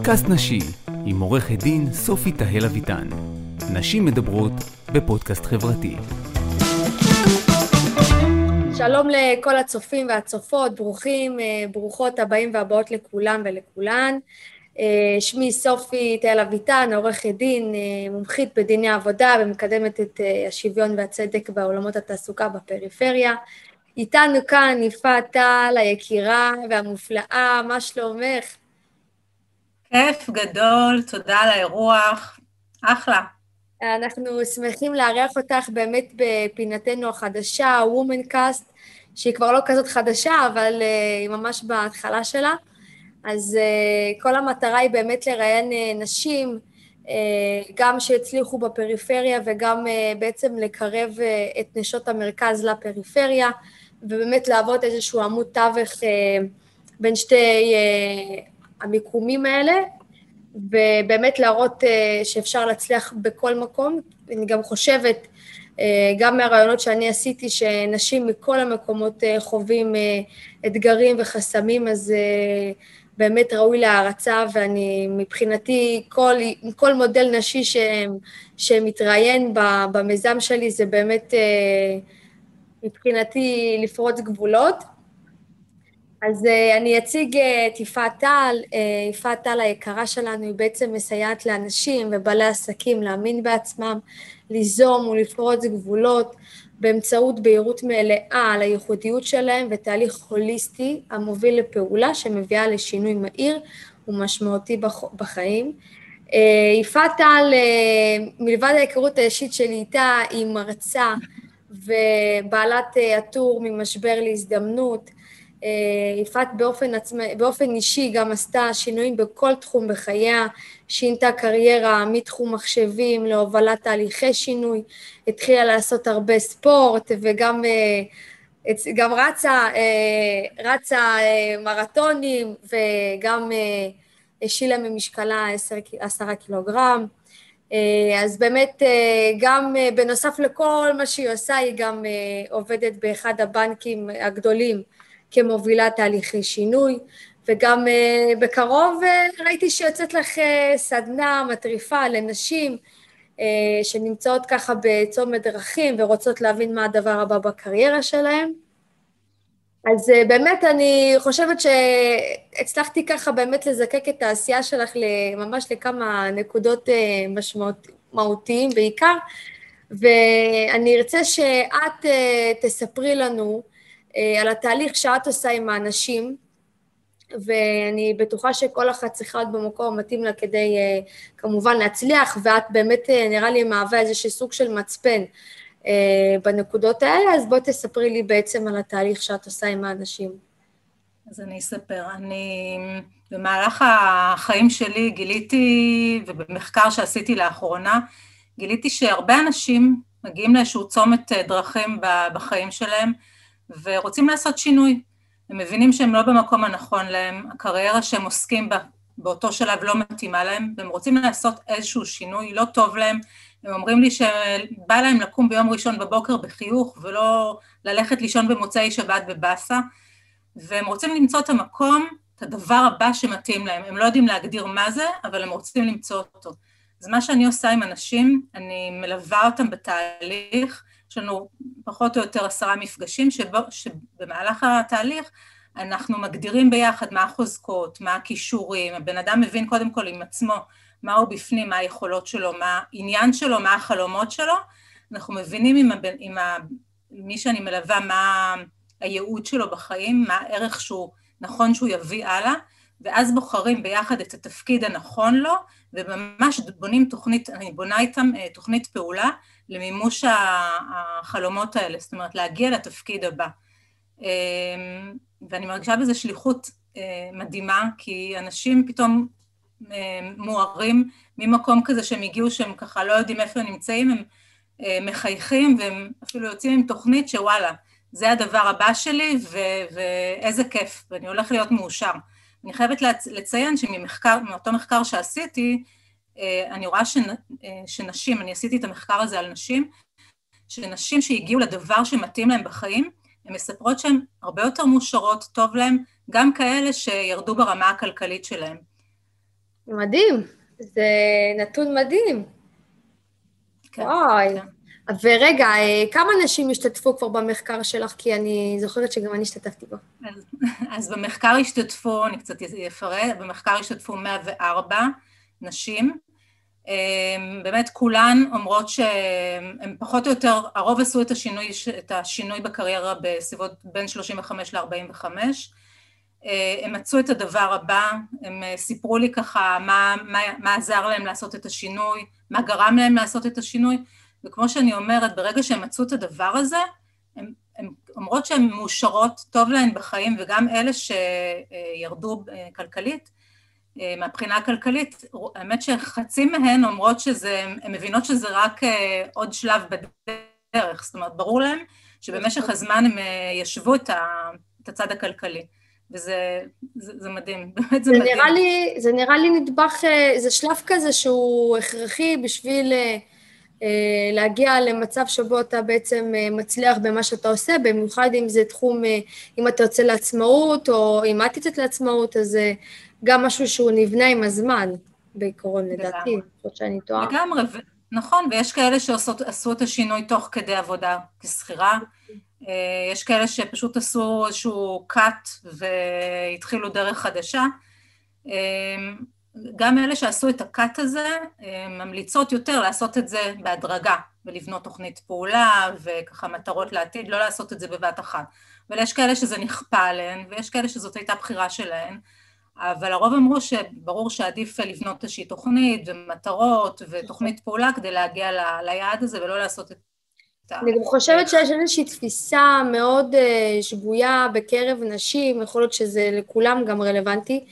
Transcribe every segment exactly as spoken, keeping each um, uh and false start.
פודקאסט נשי עם עורכת דין סופי תהל אביטן. נשים מדברות בפודקאסט חברתי. שלום לכל הצופים והצופות, ברוכים, ברוכות הבאים והבאות לכולם ולכולן. שמי סופי תהל אביטן, עורכת דין, מומחית בדיני עבודה ומקדמת את השוויון והצדק בעולמות התעסוקה בפריפריה. איתנו כאן יפעת טל, היקירה והמופלאה, מה שלומך? כיף גדול, תודה על האירוח, אחלה. אנחנו שמחים לארח אותך באמת בפינתנו החדשה, WomanCast, שהיא כבר לא כזאת חדשה, אבל היא ממש בהתחלה שלה. אז כל המטרה היא באמת לראיין נשים, גם שהצליחו בפריפריה וגם בעצם לקרב את נשות המרכז לפריפריה, ובאמת לעבוד איזשהו עמוד תווך בין שתי המיקומים האלה, ובאמת להראות שאפשר להצליח בכל מקום. אני גם חושבת, גם מהרעיונות שאני עשיתי, שנשים מכל המקומות חווים אתגרים וחסמים, אז באמת ראוי להערצה, ואני מבחינתי, כל, כל מודל נשי שמתראיין במיזם שלי, זה באמת מבחינתי לפרוץ גבולות. אז אני אציג את יפעת טל. יפעת טל היקרה שלנו היא בעצם מסייעת לאנשים ובעלי עסקים להאמין בעצמם, ליזום ולפרוץ גבולות באמצעות בהירות מלאה על הייחודיות שלהם ותהליך הוליסטי המוביל לפעולה שמביאה לשינוי מהיר ומשמעותי בחיים. יפעת טל, מלבד ההיכרות האישית שלי איתה, היא מרצה ובעלת הטור ממשבר להזדמנות. יפעת באופן עצמי, באופן אישי גם עשתה שינויים בכל תחום בחייה, שינתה קריירה מתחום מחשבים להובלת תהליכי שינוי, התחילה לעשות הרבה ספורט וגם גם רצה, רצה מרתונים וגם השילה ממשקלה עשרה קילוגרם. אז באמת גם בנוסף לכל מה שהיא עושה, היא גם עובדת באחד הבנקים הגדולים כמובילה תהליכי שינוי, וגם uh, בקרוב uh, ראיתי שיוצאת לך uh, סדנה מטריפה לנשים uh, שנמצאות ככה בצומת דרכים ורוצות להבין מה הדבר הבא בקריירה שלהם. אז uh, באמת אני חושבת שהצלחתי ככה באמת לזקק את העשייה שלך ממש לכמה נקודות uh, משמעותיים בעיקר, ואני ארצה שאת uh, תספרי לנו על התהליך שאת עושה עם האנשים, ואני בטוחה שכל אחת צריכה להיות במקום מתאים לה כדי כמובן להצליח, ואת באמת נראה לי מהווה איזשהו סוג של מצפן בנקודות האלה, אז בואי תספרי לי בעצם על התהליך שאת עושה עם האנשים. אז אני אספר, אני במהלך החיים שלי גיליתי, ובמחקר שעשיתי לאחרונה, גיליתי שהרבה אנשים מגיעים לאיזשהו צומת דרכים בחיים שלהם, ורוצים לעשות שינוי. הם מבינים שהם לא במקום הנכון להם, הקריירה שהם עוסקים בה באותו שלב לא מתאימה להם, והם רוצים לעשות איזשהו שינוי, לא טוב להם. הם אומרים לי שבא להם לקום ביום ראשון בבוקר בחיוך, ולא ללכת לישון במוצאי שבת בבאסה, והם רוצים למצוא את המקום, את הדבר הבא שמתאים להם. הם לא יודעים להגדיר מה זה, אבל הם רוצים למצוא אותו. אז מה שאני עושה עם אנשים, אני מלווה אותם בתהליך, יש לנו פחות או יותר עשרה מפגשים, שבו, שבמהלך התהליך אנחנו מגדירים ביחד מה החוזקות, מה הכישורים, הבן אדם מבין קודם כל עם עצמו, מה הוא בפנים, מה היכולות שלו, מה העניין שלו, מה החלומות שלו, אנחנו מבינים עם, הבן, עם ה, מי שאני מלווה מה הייעוד שלו בחיים, מה הערך שהוא נכון שהוא יביא הלאה, ואז בוחרים ביחד את התפקיד הנכון לו, וממש בונים תוכנית, אני בונה איתם תוכנית פעולה, למימוש החלומות האלה, זאת אומרת, להגיע לתפקיד הבא. ואני מרגישה בזה שליחות מדהימה, כי אנשים פתאום מוארים ממקום כזה שהם הגיעו, שהם ככה לא יודעים איפה הם נמצאים, הם מחייכים, והם אפילו יוצאים עם תוכנית שוואלה, זה הדבר הבא שלי, ואיזה כיף, ואני הולך להיות מאושר. אני חייבת לציין שממחקר, מאותו מחקר שעשיתי, אני רואה שנשים, אני עשיתי את המחקר הזה על נשים, שנשים שהגיעו לדבר שמתאים להם בחיים, הן מספרות שהן הרבה יותר מאושרות, טוב להן, גם כאלה שירדו ברמה הכלכלית שלהן. מדהים, זה נתון מדהים. כן, וואי. כן. ורגע, כמה אנשים השתתפו כבר במחקר שלך? כי אני זוכרת שגם אני השתתפתי בו. אז, אז במחקר השתתפו, אני קצת אפרט, במחקר השתתפו מאה וארבע נשים, באמת כולן אומרות שהן פחות או יותר, הרוב עשו את השינוי, את השינוי בקריירה בסביבות בין שלושים וחמש ל-ארבעים וחמש, הם מצאו את הדבר הבא, הם סיפרו לי ככה מה, מה, מה עזר להם לעשות את השינוי, מה גרם להם לעשות את השינוי, וכמו שאני אומרת, ברגע שהם מצאו את הדבר הזה, הם, הם אומרות שהן מאושרות, טוב להן בחיים, וגם אלה שירדו כלכלית, מהבחינה הכלכלית, האמת שחצי מהן אומרות שזה, הן מבינות שזה רק עוד שלב בדרך, זאת אומרת, ברור להם שבמשך הזמן הם ישבו את הצד הכלכלי, וזה זה, זה מדהים, באמת זה, זה מדהים. נראה לי, זה נראה לי נדבך, זה שלב כזה שהוא הכרחי בשביל להגיע למצב שבו אתה בעצם מצליח במה שאתה עושה, במיוחד אם זה תחום, אם אתה יוצא לעצמאות, או אם את יוצאת לעצמאות, אז זה גם משהו שהוא נבנה עם הזמן, בעיקרון לדעתי, זאת שאני טועה. לגמרי, נכון, ויש כאלה שעשו את השינוי תוך כדי עבודה כסחירה, יש כאלה שפשוט עשו איזשהו קאט והתחילו דרך חדשה, גם אלה שעשו את הקאט הזה, ממליצות יותר לעשות את זה בהדרגה, ולבנות תוכנית פעולה וככה מטרות לעתיד, לא לעשות את זה בבת אחת. אבל יש כאלה שזה נכפה עליהן, ויש כאלה שזאת הייתה בחירה שלהן, אבל הרוב אמרו שברור שעדיף לבנות איזושהי תוכנית ומטרות ותוכנית פעולה כדי להגיע ל- ליעד הזה ולא לעשות את ה... אני גם חושבת שיש איזושהי תפיסה מאוד שגויה בקרב נשים, יכול להיות שזה לכולם גם רלוונטי,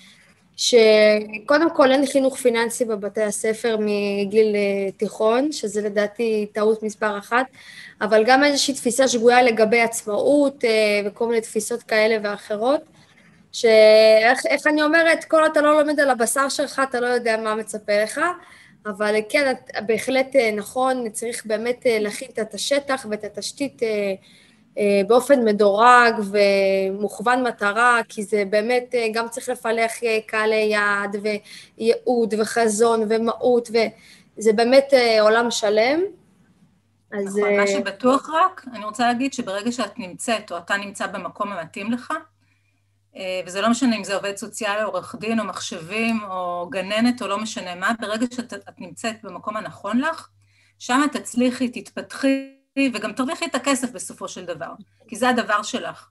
שקודם כל אין חינוך פיננסי בבתי הספר מגיל תיכון, שזה לדעתי טעות מספר אחת, אבל גם איזושהי תפיסה שגויה לגבי עצמאות וכל מיני תפיסות כאלה ואחרות, שאיך איך אני אומרת, כל אתה לא לומד על הבשר שלך, אתה לא יודע מה מצפה לך, אבל כן, בהחלט נכון, צריך באמת להכין את השטח ואת התשתית באופן מדורג ומוכוון מטרה, כי זה באמת גם צריך לפלח קהלי יעד וייעוד וחזון ומהות, וזה באמת עולם שלם. אז... נכון, מה שבטוח רק, אני רוצה להגיד שברגע שאת נמצאת או אתה נמצא במקום המתאים לך, וזה לא משנה אם זה עובד סוציאלי, עורך דין או מחשבים או גננת או לא משנה מה, ברגע שאת נמצאת במקום הנכון לך, שם תצליחי, תתפתחי וגם תרוויחי את הכסף בסופו של דבר, כי זה הדבר שלך.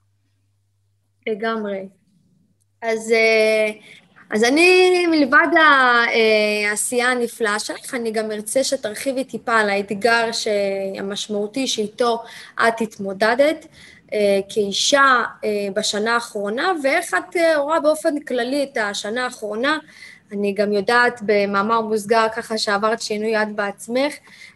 לגמרי. אז, אז אני מלבד העשייה הנפלאה שלך, אני גם ארצה שתרחיבי טיפה על האתגר המשמעותי שאיתו את התמודדת, כאישה בשנה האחרונה, ואיך את רואה באופן כללי את השנה האחרונה. אני גם יודעת במאמר מוסגר ככה שעברת שינוי את בעצמך,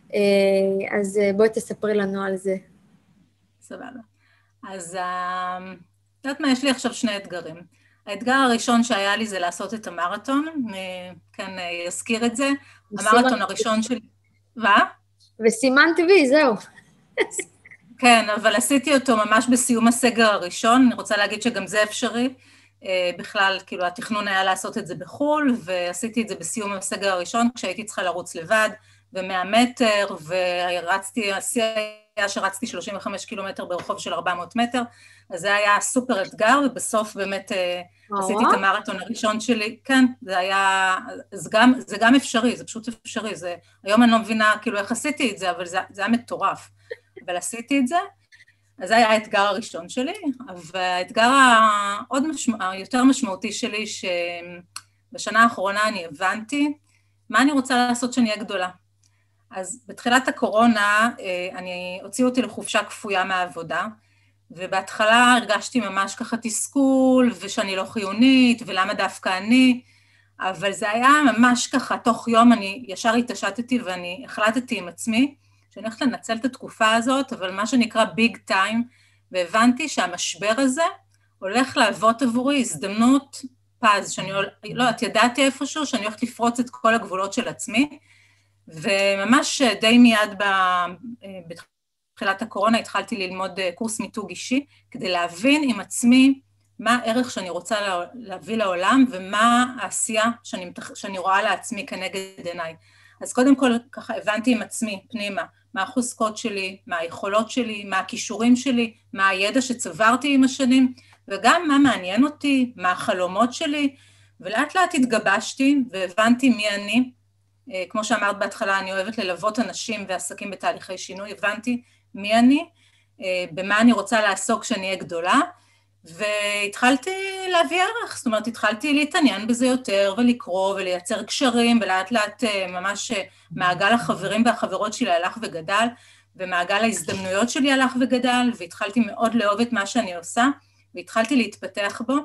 אז בואי תספרי לנו על זה. סבבה. אז יודעת מה, יש לי עכשיו שני אתגרים. האתגר הראשון שהיה לי זה לעשות את המרתון, אני כן אזכיר את זה, המרתון הראשון שלי... מה? וסימנת וי, זהו. כן, אבל עשיתי אותו ממש בסיום הסגר הראשון, אני רוצה להגיד שגם זה אפשרי, בכלל, כאילו, התכנון היה לעשות את זה בחול, ועשיתי את זה בסיום הסגר הראשון, כשהייתי צריכה לרוץ לבד, ב-מאה מטר, ורצתי, היה שרצתי שלושים וחמישה קילומטר ברחוב של ארבע מאות מטר, אז זה היה סופר אתגר, ובסוף באמת עשיתי את המרתון הראשון שלי, כן, זה היה, זה גם, זה גם אפשרי, זה פשוט אפשרי, זה, היום אני לא מבינה כאילו איך עשיתי את זה, אבל זה, זה היה מטורף. אבל עשיתי את זה, אז זה היה האתגר הראשון שלי, והאתגר העוד משמע, היותר משמעותי שלי, שבשנה האחרונה אני הבנתי מה אני רוצה לעשות שאני אהיה גדולה. אז בתחילת הקורונה, אני הוציאו אותי לחופשה כפויה מהעבודה, ובהתחלה הרגשתי ממש ככה תסכול, ושאני לא חיונית, ולמה דווקא אני, אבל זה היה ממש ככה, תוך יום אני ישר התעשתתי, ואני החלטתי עם עצמי, שאני הולכת לנצל את התקופה הזאת, אבל מה שנקרא ביג טיים, והבנתי שהמשבר הזה הולך להוות עבורי הזדמנות פז, שאני לא, את ידעתי איפשהו, שאני הולכת לפרוץ את כל הגבולות של עצמי, וממש די מיד בתחילת הקורונה התחלתי ללמוד קורס מיתוג אישי, כדי להבין עם עצמי מה הערך שאני רוצה להביא לעולם, ומה העשייה שאני, שאני רואה לעצמי כנגד עיניי. אז קודם כל ככה הבנתי עם עצמי פנימה, מה החוזקות שלי, מה היכולות שלי, מה הכישורים שלי, מה הידע שצברתי עם השנים, וגם מה מעניין אותי, מה החלומות שלי, ולאט לאט התגבשתי והבנתי מי אני. כמו שאמרת בהתחלה, אני אוהבת ללוות אנשים ועסקים בתהליכי שינוי, הבנתי מי אני, במה אני רוצה לעסוק כשאני אהיה גדולה, והתחלתי להביא ערך, זאת אומרת, התחלתי להתעניין בזה יותר ולקרוא ולייצר קשרים, ולאט לאט ממש מעגל החברים והחברות שלי הלך וגדל, ומעגל ההזדמנויות שלי הלך וגדל, והתחלתי מאוד לאהוב את מה שאני עושה, והתחלתי להתפתח בו,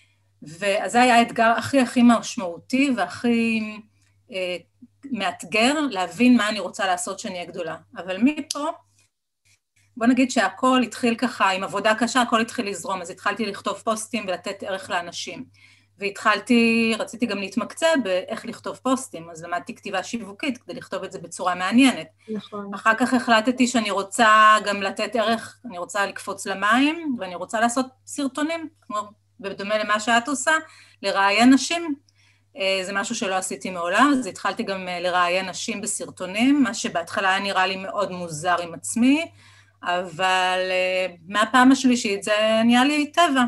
ואז זה היה האתגר הכי הכי משמעותי והכי אה, מאתגר, להבין מה אני רוצה לעשות שאני אהיה גדולה. אבל מפה, בוא נגיד שהכל התחיל ככה, עם עבודה קשה, הכל התחיל לזרום, אז התחלתי לכתוב פוסטים ולתת ערך לאנשים. והתחלתי, רציתי גם להתמקצע באיך לכתוב פוסטים, אז למדתי כתיבה שיווקית כדי לכתוב את זה בצורה מעניינת. נכון. אחר כך החלטתי שאני רוצה גם לתת ערך, אני רוצה לקפוץ למים, ואני רוצה לעשות סרטונים, כמו בדומה למה שאת עושה, לראיין נשים. זה משהו שלא עשיתי מעולם, אז התחלתי גם לראיין נשים בסרטונים, מה שבהתחלה היה נראה לי מאוד מוזר עם עצמי, אבל מהפעם השלישית זה נהיה לי טבע.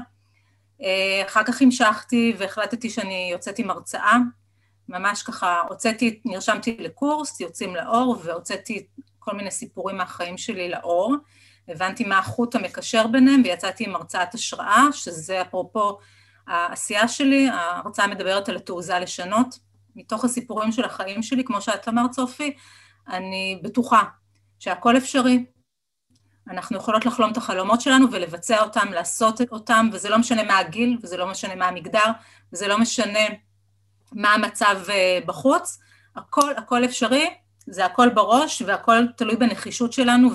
אחר כך המשכתי והחלטתי שאני יוצאתי עם הרצאה, ממש ככה, הוצאתי, נרשמתי לקורס, יוצאים לאור, והוצאתי כל מיני סיפורים מהחיים שלי לאור, הבנתי מה החוט המקשר ביניהם, ויצאתי עם הרצאת השראה, שזה אפרופו העשייה שלי, ההרצאה מדברת על התעוזה לשנות, מתוך הסיפורים של החיים שלי, כמו שאת אמרת סופי, אני בטוחה שהכל אפשרי, אנחנו יכולות לחלום את החלומות שלנו ולבצע אותם, לעשות אותם, וזה לא משנה מה הגיל, וזה לא משנה מה המגדר, וזה לא משנה מה המצב בחוץ, הכל, הכל אפשרי, זה הכל בראש, והכל תלוי בנחישות שלנו,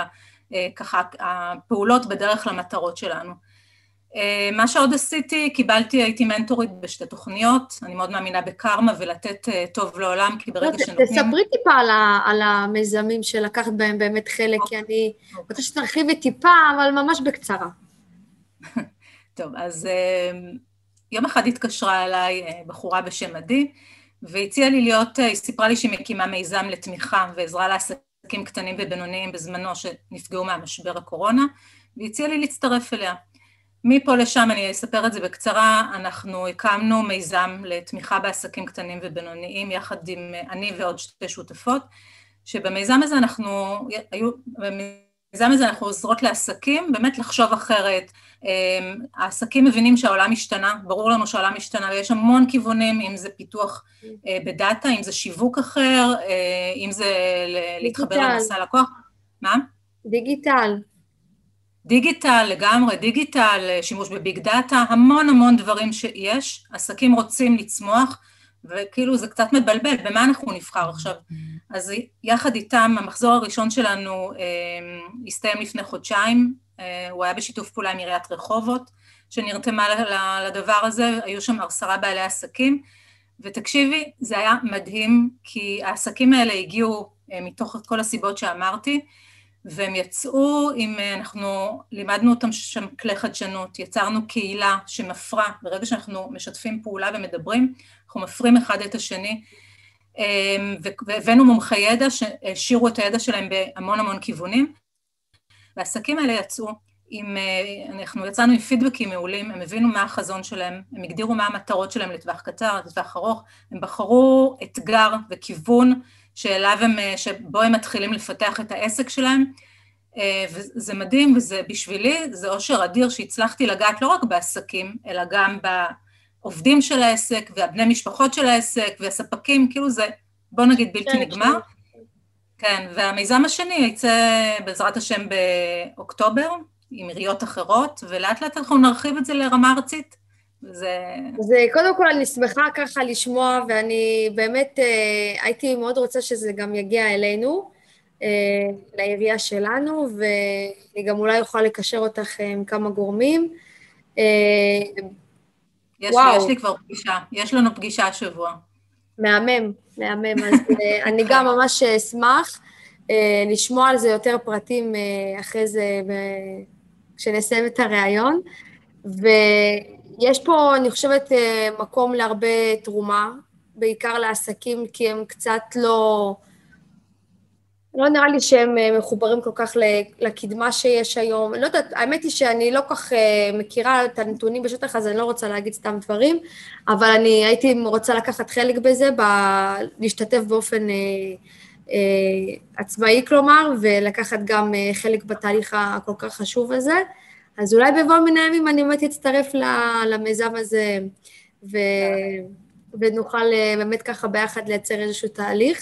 וככה הפעולות בדרך למטרות שלנו. מה שעוד עשיתי, קיבלתי, הייתי מנטורית בשתי תוכניות, אני מאוד מאמינה בקרמה ולתת טוב לעולם, כי ברגע שנותנים... תספרי טיפה על, על המיזמים שלקחת בהם באמת חלק, כי אני רוצה שתרחיבי טיפה, אבל ממש בקצרה. טוב, אז יום אחד התקשרה אליי בחורה בשם עדי, והציעה לי להיות, היא סיפרה לי שהיא מקימה מיזם לתמיכה ועזרה לעסקים קטנים ובינוניים בזמנו שנפגעו מהמשבר הקורונה, והציעה לי להצטרף אליה. מפה לשם, אני אספר את זה בקצרה, אנחנו הקמנו מיזם לתמיכה בעסקים קטנים ובינוניים, יחד עם אני ועוד שתי שותפות, שבמיזם הזה אנחנו, היו, במיזם הזה אנחנו עוזרות לעסקים, באמת לחשוב אחרת, העסקים מבינים שהעולם השתנה, ברור לנו שהעולם השתנה, ויש המון כיוונים, אם זה פיתוח בדאטה, אם זה שיווק אחר, אם זה להתחבר למסע לקוח. מה? דיגיטל. דיגיטל, לגמרי, דיגיטל, שימוש בביג דאטה, המון המון דברים שיש, עסקים רוצים לצמוח, וכאילו זה קצת מבלבל, במה אנחנו נבחר עכשיו? אז יחד איתם, המחזור הראשון שלנו הסתיים לפני חודשיים, הוא היה בשיתוף פעולה עם עיריית רחובות, שנרתמה לדבר הזה, היו שם עשרה בעלי עסקים, ותקשיבי, זה היה מדהים, כי העסקים האלה הגיעו מתוך כל הסיבות שאמרתי, והם יצאו, אם אנחנו לימדנו אותם שם כלי חדשנות, יצרנו קהילה שמפרה, ברגע שאנחנו משתפים פעולה ומדברים, אנחנו מפרים אחד את השני, והבאנו מומחי ידע שהשאירו את הידע שלהם בהמון המון כיוונים, והעסקים האלה יצאו, אם אנחנו יצאנו עם פידבקים מעולים, הם הבינו מה החזון שלהם, הם הגדירו מה המטרות שלהם לטווח קצר, לטווח ארוך, הם בחרו אתגר וכיוון, שאליו הם, שבו הם מתחילים לפתח את העסק שלהם, וזה מדהים, וזה בשבילי, זה אושר אדיר שהצלחתי לגעת לא רק בעסקים, אלא גם בעובדים של העסק, והבני משפחות של העסק, והספקים, כאילו זה, בוא נגיד, בלתי נגמר. כן, והמיזם השני יצא בעזרת השם באוקטובר, עם עיריות אחרות, ולאט לאט אנחנו נרחיב את זה לרמה ארצית. זה... זה קודם כל אני שמחה ככה לשמוע, ואני באמת אה, הייתי מאוד רוצה שזה גם יגיע אלינו, אה, לעירייה שלנו, ואני גם אולי אוכל לקשר אותך עם כמה גורמים. אה, יש, לי, יש לי כבר פגישה, יש לנו פגישה השבוע. מהמם, מהמם, אז אה, אני גם ממש אשמח אה, לשמוע על זה יותר פרטים אה, אחרי זה, כשנסיים את הרעיון. ויש פה, אני חושבת, מקום להרבה תרומה, בעיקר לעסקים, כי הם קצת לא, לא נראה לי שהם מחוברים כל כך לקדמה שיש היום. אני לא יודעת, האמת היא שאני לא כך מכירה את הנתונים בשטח, אז אני לא רוצה להגיד סתם דברים, אבל אני הייתי רוצה לקחת חלק בזה, ב- להשתתף באופן עצמאי כלומר, ולקחת גם חלק בתהליך הכל כך חשוב הזה. אז אולי בבוא מן הימים אני באמת אצטרף למיזם הזה, ו... ונוכל באמת ככה ביחד לייצר איזשהו תהליך.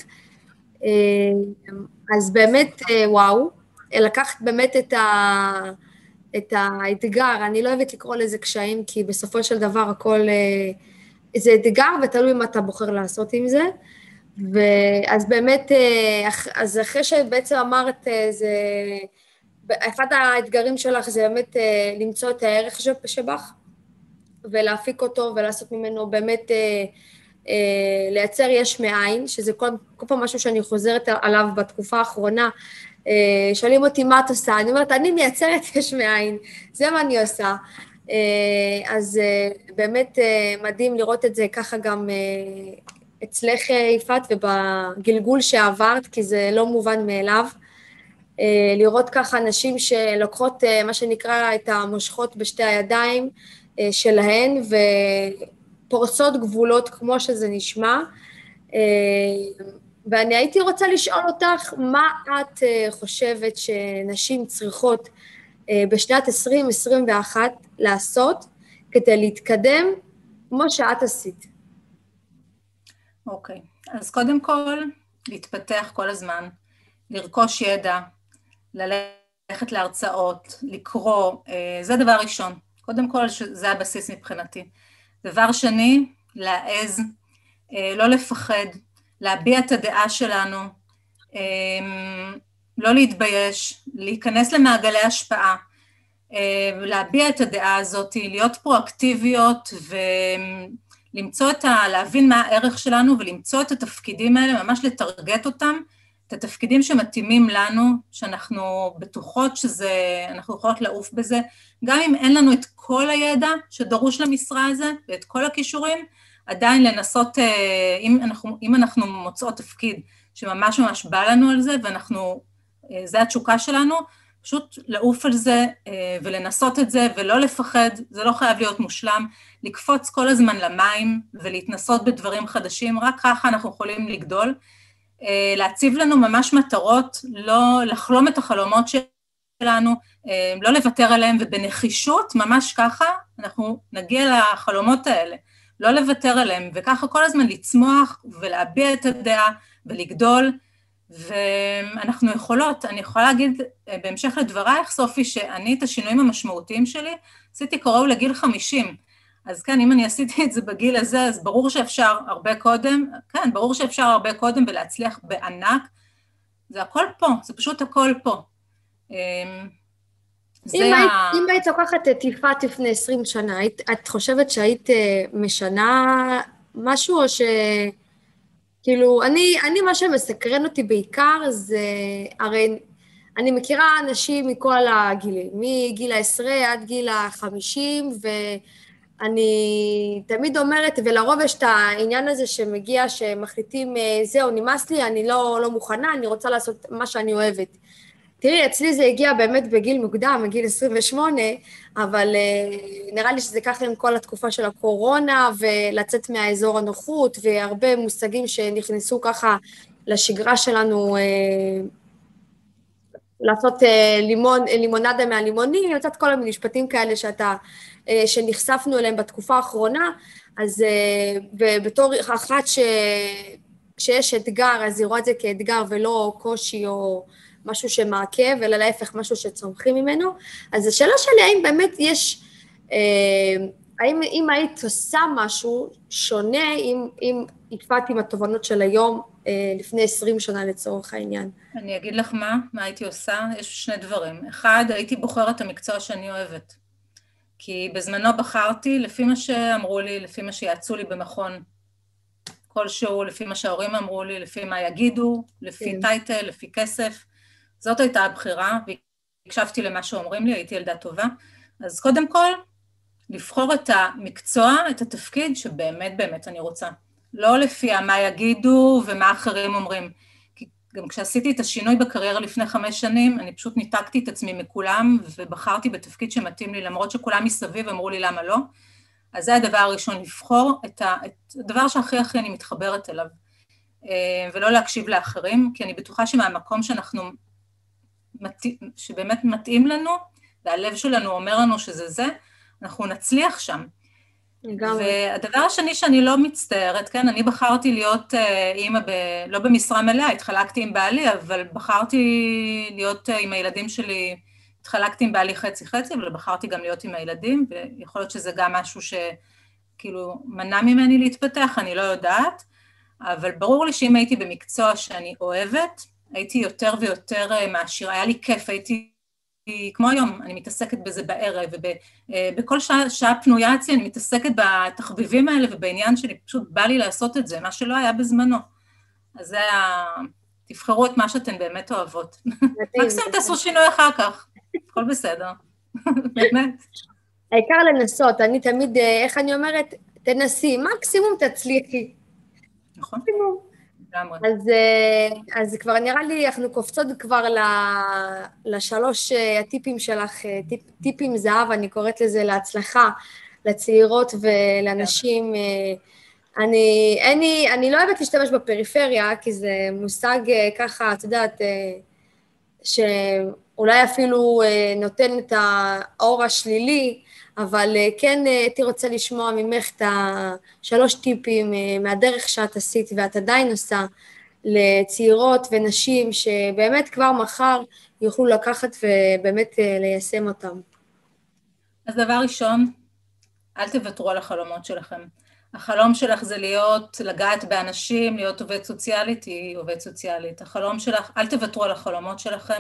אז באמת, וואו, לקחת באמת את, ה... את האתגר, אני לא אוהבת לקרוא לזה קשיים, כי בסופו של דבר הכל, זה אתגר ותלוי מה אתה בוחר לעשות עם זה, ואז באמת, אז אחרי שבעצם אמרת, זה... אחד האתגרים שלך זה באמת למצוא את הערך שבך, ולהפיק אותו ולעשות ממנו באמת לייצר יש מאין, שזה כל, כל פעם משהו שאני חוזרת עליו בתקופה האחרונה, שואלים אותי מה את עושה, אני אומרת אני מייצרת יש מאין, זה מה אני עושה, אז באמת מדהים לראות את זה ככה גם אצלך יפעת ובגלגול שעברת, כי זה לא מובן מאליו, לראות ככה נשים שלוקחות מה שנקרא את המושכות בשתי הידיים שלהן ופורסות גבולות כמו שזה נשמע, ואני הייתי רוצה לשאול אותך מה את חושבת שנשים צריכות בשנת עשרים עשרים ואחת לעשות כדי להתקדם כמו שאת עשית. אוקיי, אז קודם כל להתפתח כל הזמן, לרכוש ידע, ללכת להרצאות, לקרוא, זה דבר ראשון. קודם כל, זה הבסיס מבחינתי. דבר שני, להעז, לא לפחד, להביע את הדעה שלנו, לא להתבייש, להיכנס למעגלי השפעה, להביע את הדעה הזאת, להיות פרואקטיביות ולמצוא את ה... להבין מה הערך שלנו ולמצוא את התפקידים האלה, ממש לטרגט אותם, את התפקידים שמתאימים לנו, שאנחנו בטוחות שזה, אנחנו יכולות לעוף בזה, גם אם אין לנו את כל הידע שדרוש למשרה הזה, ואת כל הכישורים, עדיין לנסות, אם אנחנו, אם אנחנו מוצאות תפקיד שממש ממש בא לנו על זה, ואנחנו, זה התשוקה שלנו, פשוט לעוף על זה ולנסות את זה, ולא לפחד, זה לא חייב להיות מושלם, לקפוץ כל הזמן למים ולהתנסות בדברים חדשים, רק ככה אנחנו יכולים לגדול, להציב לנו ממש מטרות, לא לחלום את החלומות שלנו, לא לוותר עליהם, ובנחישות, ממש ככה, אנחנו נגיע לחלומות האלה, לא לוותר עליהם, וככה כל הזמן לצמוח ולהביע את הדעה ולגדול, ואנחנו יכולות, אני יכולה להגיד בהמשך לדברייך, סופי, שאני את השינויים המשמעותיים שלי, עשיתי קרוב לגיל חמישים, אז כן, אם אני עשיתי את זה בגיל הזה, אז ברור שאפשר הרבה קודם, כן, ברור שאפשר הרבה קודם ולהצליח בענק, זה הכל פה, זה פשוט הכל פה. אם היית לוקחת את יפעת לפני עשרים שנה, את חושבת שהיית משנה משהו, או ש... כאילו, אני, אני מה שמסקרן אותי בעיקר, זה, הרי אני מכירה אנשים מכל הגילים, מגיל העשרה עד גיל החמישים, ואני תמיד אומרת, ולרוב יש את העניין הזה שמגיע, שמחליטים, זהו, נמאס לי, אני לא, לא מוכנה, אני רוצה לעשות מה שאני אוהבת. תראי, אצלי זה הגיע באמת בגיל מוקדם, בגיל עשרים ושמונה, אבל uh, נראה לי שזה ככה עם כל התקופה של הקורונה, ולצאת מהאזור הנוחות, והרבה מושגים שנכנסו ככה לשגרה שלנו, uh, לעשות uh, לימון, לימונדה מהלימונים, יוצאת כל מיני משפטים כאלה שאתה, uh, שנחשפנו אליהם בתקופה האחרונה, אז uh, ובתור אחת ש, שיש אתגר, אז יראו את זה כאתגר ולא קושי או... משהו שמעכב, אלא להפך משהו שצומחים ממנו. אז השאלה שלי, האם באמת יש, אה, האם אם היית עושה משהו שונה, אם, אם התפעתי עם התובנות של היום, אה, לפני עשרים שנה לצורך העניין? אני אגיד לך מה, מה הייתי עושה, יש שני דברים. אחד, הייתי בוחרת את המקצוע שאני אוהבת. כי בזמנו בחרתי, לפי מה שאמרו לי, לפי מה שיעצו לי במכון כלשהו, לפי מה שההורים אמרו לי, לפי מה יגידו, לפי כן. טייטל, לפי כסף, זאת הייתה הבחירה, והקשבתי למה שאומרים לי, הייתי ילדה טובה. אז קודם כל, לבחור את המקצוע, את התפקיד שבאמת באמת אני רוצה. לא לפי מה יגידו ומה אחרים אומרים. כי גם כשעשיתי את השינוי בקריירה לפני חמש שנים, אני פשוט ניתקתי את עצמי מכולם, ובחרתי בתפקיד שמתאים לי, למרות שכולם מסביב אמרו לי למה לא. אז זה הדבר הראשון, לבחור את הדבר שהכי הכי אני מתחברת אליו, ולא להקשיב לאחרים, כי אני בטוחה שמהמקום שאנחנו, שבאמת מתאים לנו, והלב שלנו אומר לנו שזה זה, אנחנו נצליח שם. והדבר השני שאני לא מצטערת, כן, אני בחרתי להיות אימא, ב, לא במשרה מלאה, התחלקתי עם בעלי, אבל בחרתי להיות עם הילדים שלי, התחלקתי עם בעלי חצי חצי, אבל בחרתי גם להיות עם הילדים, ויכול להיות שזה גם משהו שכאילו מנע ממני להתפתח, אני לא יודעת, אבל ברור לי שאם הייתי במקצוע שאני אוהבת, הייתי יותר ויותר מעשיר, היה לי כיף, הייתי כמו היום, אני מתעסקת בזה בערב, ובכל שעה, שעה פנויה אצלי, אני מתעסקת בתחביבים האלה, ובעניין שלי פשוט בא לי לעשות את זה, מה שלא היה בזמנו. אז זה ה... תבחרו את מה שאתן באמת אוהבות. מקסימום תעשו שינוי אחר כך, הכל בסדר. באמת. העיקר לנסות, אני תמיד, איך אני אומרת, תנסי, מקסימום תצליחי. נכון. אז, אז כבר נראה לי, אנחנו קופצות כבר לשלוש הטיפים שלך, טיפ, טיפים זהב, אני קוראת לזה להצלחה, לצעירות ולנשים. אני, אני, אני לא אוהבת להשתמש בפריפריה, כי זה מושג ככה, את יודעת, שאולי אפילו נותן את האור השלילי, אבל כן הייתי רוצה לשמוע ממך את השלוש טיפים מהדרך שאת עשית ואת עדיין עושה לצעירות ונשים שבאמת כבר מחר יוכלו לקחת ובאמת ליישם אותם. אז דבר ראשון, אל תוותרו על החלומות שלכם. החלום שלך זה להיות, לגעת באנשים, להיות עובד סוציאלית, היא עובד סוציאלית. החלום שלך, אל תוותרו על החלומות שלכם,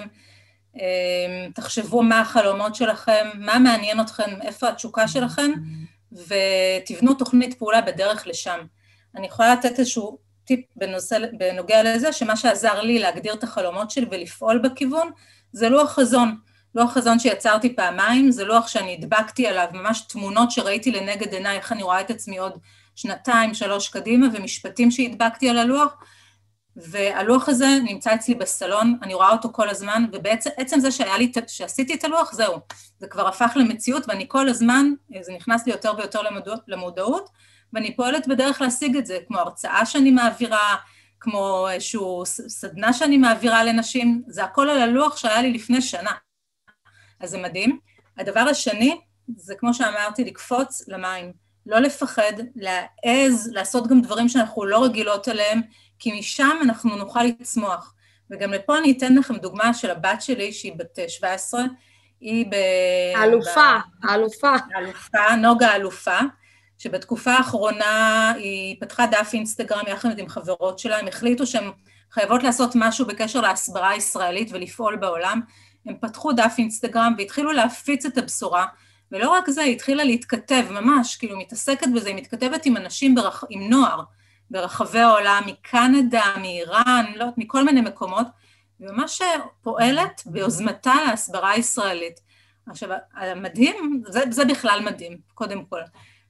תחשבו מה החלומות שלכם, מה מעניין אתכם, איפה התשוקה שלכם, ותבנו תוכנית פעולה בדרך לשם. אני יכולה לתת איזשהו טיפ בנושא, בנוגע לזה, שמה שעזר לי להגדיר את החלומות שלי ולפעול בכיוון, זה לוח חזון. לוח חזון שיצרתי פעמיים, זה לוח שאני הדבקתי עליו, ממש תמונות שראיתי לנגד עיניי, איך אני רואה את עצמי עוד שנתיים, שלוש קדימה, ומשפטים שהדבקתי על הלוח, והלוח הזה נמצא אצלי בסלון, אני רואה אותו כל הזמן, ובעצם עצם זה שהיה לי, שעשיתי את הלוח, זהו, זה כבר הפך למציאות, ואני כל הזמן, זה נכנס לי יותר ויותר למודעות, למודעות, ואני פועלת בדרך להשיג את זה, כמו הרצאה שאני מעבירה, כמו איזשהו סדנה שאני מעבירה לנשים, זה הכל על הלוח שהיה לי לפני שנה. אז זה מדהים. הדבר השני, זה כמו שאמרתי, לקפוץ למים, לא לפחד, להעז, לעשות גם דברים שאנחנו לא רגילות עליהם, כי משם אנחנו נוכל לצמוח. וגם לפה אני אתן לכם דוגמה של הבת שלי, שהיא בת שבע עשרה, היא ב... האלופה, האלופה. האלופה, נוגה האלופה, שבתקופה האחרונה היא פתחה דף אינסטגרם יחד עם חברות שלה, הם החליטו שהן חייבות לעשות משהו בקשר להסברה הישראלית ולפעול בעולם, הם פתחו דף אינסטגרם והתחילו להפיץ את הבשורה, ולא רק זה, היא התחילה להתכתב ממש, כאילו מתעסקת בזה, היא מתכתבת עם אנשים, ברח... עם נוער, ברחבי העולם, מקנדה, מאיראן, לא, מכל מיני מקומות, וממש פועלת ביוזמתה להסברה הישראלית. עכשיו, המדהים, זה, זה בכלל מדהים, קודם כל.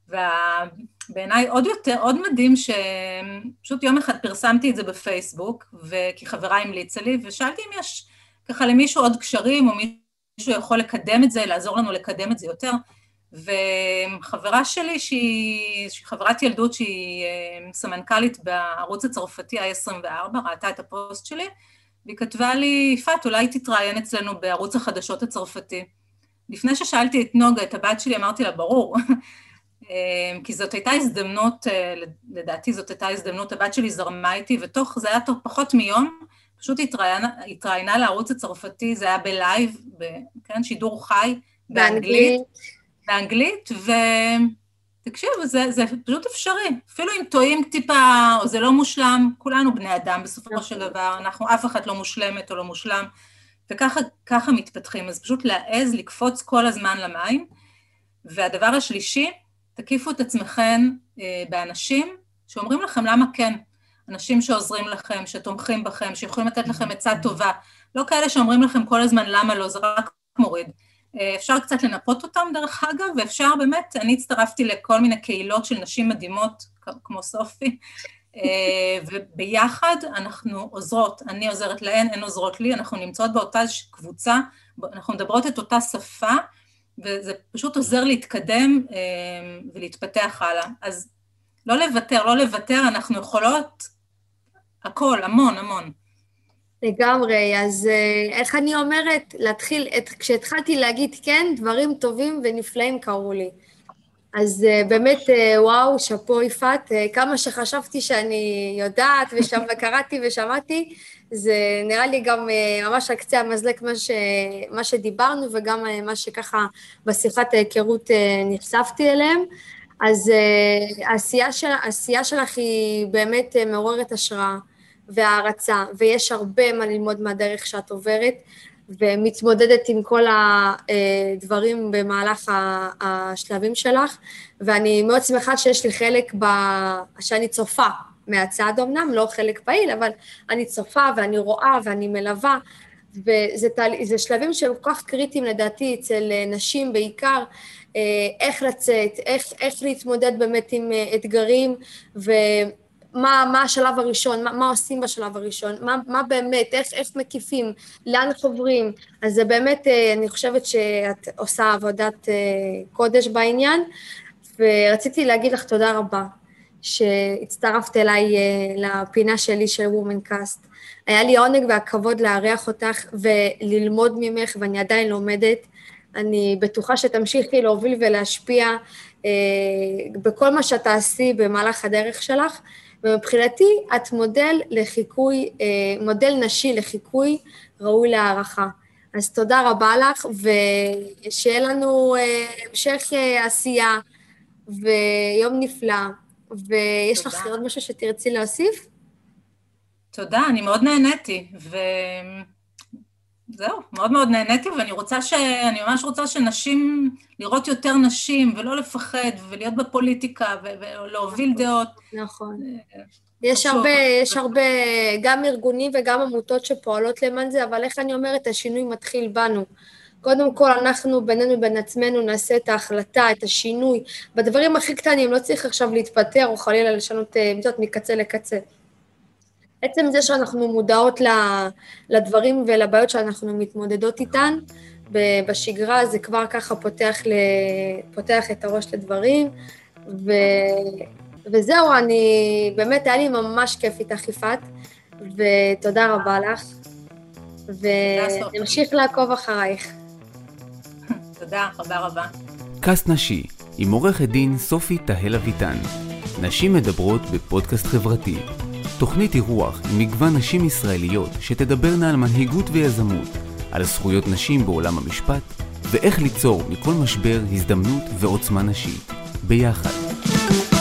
ובעיניי עוד יותר, עוד מדהים שפשוט יום אחד פרסמתי את זה בפייסבוק, וכי חברה המליצה לי, ושאלתי אם יש ככה למישהו עוד קשרים, או מישהו יכול לקדם את זה, לעזור לנו לקדם את זה יותר, וחברה שלי, שהיא, שהיא חברת ילדות, שהיא סמנכ"לית בערוץ הצרפתי איי עשרים וארבע, ראתה את הפוסט שלי, והיא כתבה לי, יפעת, אולי תתראיין אצלנו בערוץ החדשות הצרפתי. לפני ששאלתי את נוגה, את הבת שלי, אמרתי לה, ברור, כי זאת הייתה הזדמנות, לדעתי זאת הייתה הזדמנות, הבת שלי זרמה איתי, ותוך, זה היה תוך פחות מיום, פשוט התראיינה, התראיינה לערוץ הצרפתי, זה היה בלייב, כן, שידור חי, באנגלית, באנגלית, ותקשיב, זה, זה פשוט אפשרי, אפילו אם טועים טיפה, או זה לא מושלם, כולנו בני אדם בסופו של דבר, אנחנו אף אחד לא מושלמת או לא מושלם, וככה ככה מתפתחים, אז פשוט להעז, לקפוץ כל הזמן למים, והדבר השלישי, תקיפו את עצמכם באנשים שאומרים לכם למה כן, אנשים שעוזרים לכם, שתומכים בכם, שיכולים לתת לכם עצה טובה, לא כאלה שאומרים לכם כל הזמן למה לא, זה רק מוריד, אפשר קצת לנפות אותם דרך אגב, ואפשר באמת, אני הצטרפתי לכל מיני קהילות של נשים מדהימות, כמו סופי, וביחד אנחנו עוזרות, אני עוזרת להן, הן עוזרות לי, אנחנו נמצאות באותה קבוצה, אנחנו מדברות את אותה שפה, וזה פשוט עוזר להתקדם ולהתפתח הלאה. אז לא לוותר, לא לוותר, אנחנו יכולות הכל, המון, המון. לגמרי, אז איך אני אומרת, להתחיל, כשהתחלתי להגיד כן, דברים טובים ונפלאים קראו לי. אז באמת, וואו, שפו יפעת, כמה שחשבתי שאני יודעת ושם וקראתי ושמעתי, זה נראה לי גם ממש על קצה המזלג מה, ש, מה שדיברנו וגם מה שככה בשיחת ההיכרות נחשפתי אליהם. אז העשייה, של, העשייה שלך היא באמת מעוררת השראה והערצה, ויש הרבה מה ללמוד מהדרך שאת עוברת, ומתמודדת עם כל הדברים במהלך השלבים שלך, ואני מאוד שמחה שיש לי חלק ב... שאני צופה מהצד אמנם, לא חלק פעיל, אבל אני צופה ואני רואה ואני מלווה, וזה זה שלבים שהם כל כך קריטיים לדעתי אצל נשים בעיקר, איך לצאת, איך, איך להתמודד באמת עם אתגרים, ו... מה, מה השלב הראשון, מה, מה עושים בשלב הראשון, מה, מה באמת, איך, איך מקיפים, לאן חוברים, אז זה באמת, אני חושבת שאת עושה עבודת קודש בעניין, ורציתי להגיד לך תודה רבה, שהצטרפת אליי לפינה שלי של וומנקאסט, היה לי עונג והכבוד לארח אותך וללמוד ממך, ואני עדיין לומדת, אני בטוחה שתמשיכי להוביל ולהשפיע בכל מה שתעשי במהלך הדרך שלך, ומבחינתי את מודל לחיקוי, מודל נשי לחיקוי ראוי להערכה. אז תודה רבה לך, ושיהיה לנו המשך עשייה, ויום נפלא, ויש לך עוד משהו שתרצי להוסיף? תודה, אני מאוד נהניתי, וזהו, מאוד מאוד נהניתי, ואני רוצה ש... אני ממש רוצה שנשים, לראות יותר נשים, ולא לפחד, ולהיות בפוליטיקה, ולהוביל דעות. נכון. יש הרבה, יש הרבה, גם ארגונים וגם עמותות שפועלות למען זה, אבל איך אני אומרת, השינוי מתחיל בנו. קודם כל, אנחנו בינינו בין עצמנו נעשה את ההחלטה, את השינוי. בדברים הכי קטנים, לא צריך עכשיו להתפטר, או חלילה לשנות עמדות מקצה לקצה. עצם זה שאנחנו מודעות לדברים ולבעיות שאנחנו מתמודדות איתן, בשגרה זה כבר ככה פותח, ל... פותח את הראש לדברים, ו... וזהו, אני באמת, היה לי ממש כיף איתך יפעת, ותודה רבה לך, ונמשיך לעקוב אחרייך. תודה, רבה רבה. קאסט נשי, עם עורכת דין סופי תהל אביטן. נשים מדברות בפודקאסט חברתי. תוכנית אירוח עם מגוון נשים ישראליות שתדברנה על מנהיגות ויזמות, על זכויות נשים בעולם המשפט, ואיך ליצור מכל משבר הזדמנות ועוצמה נשית. ביחד.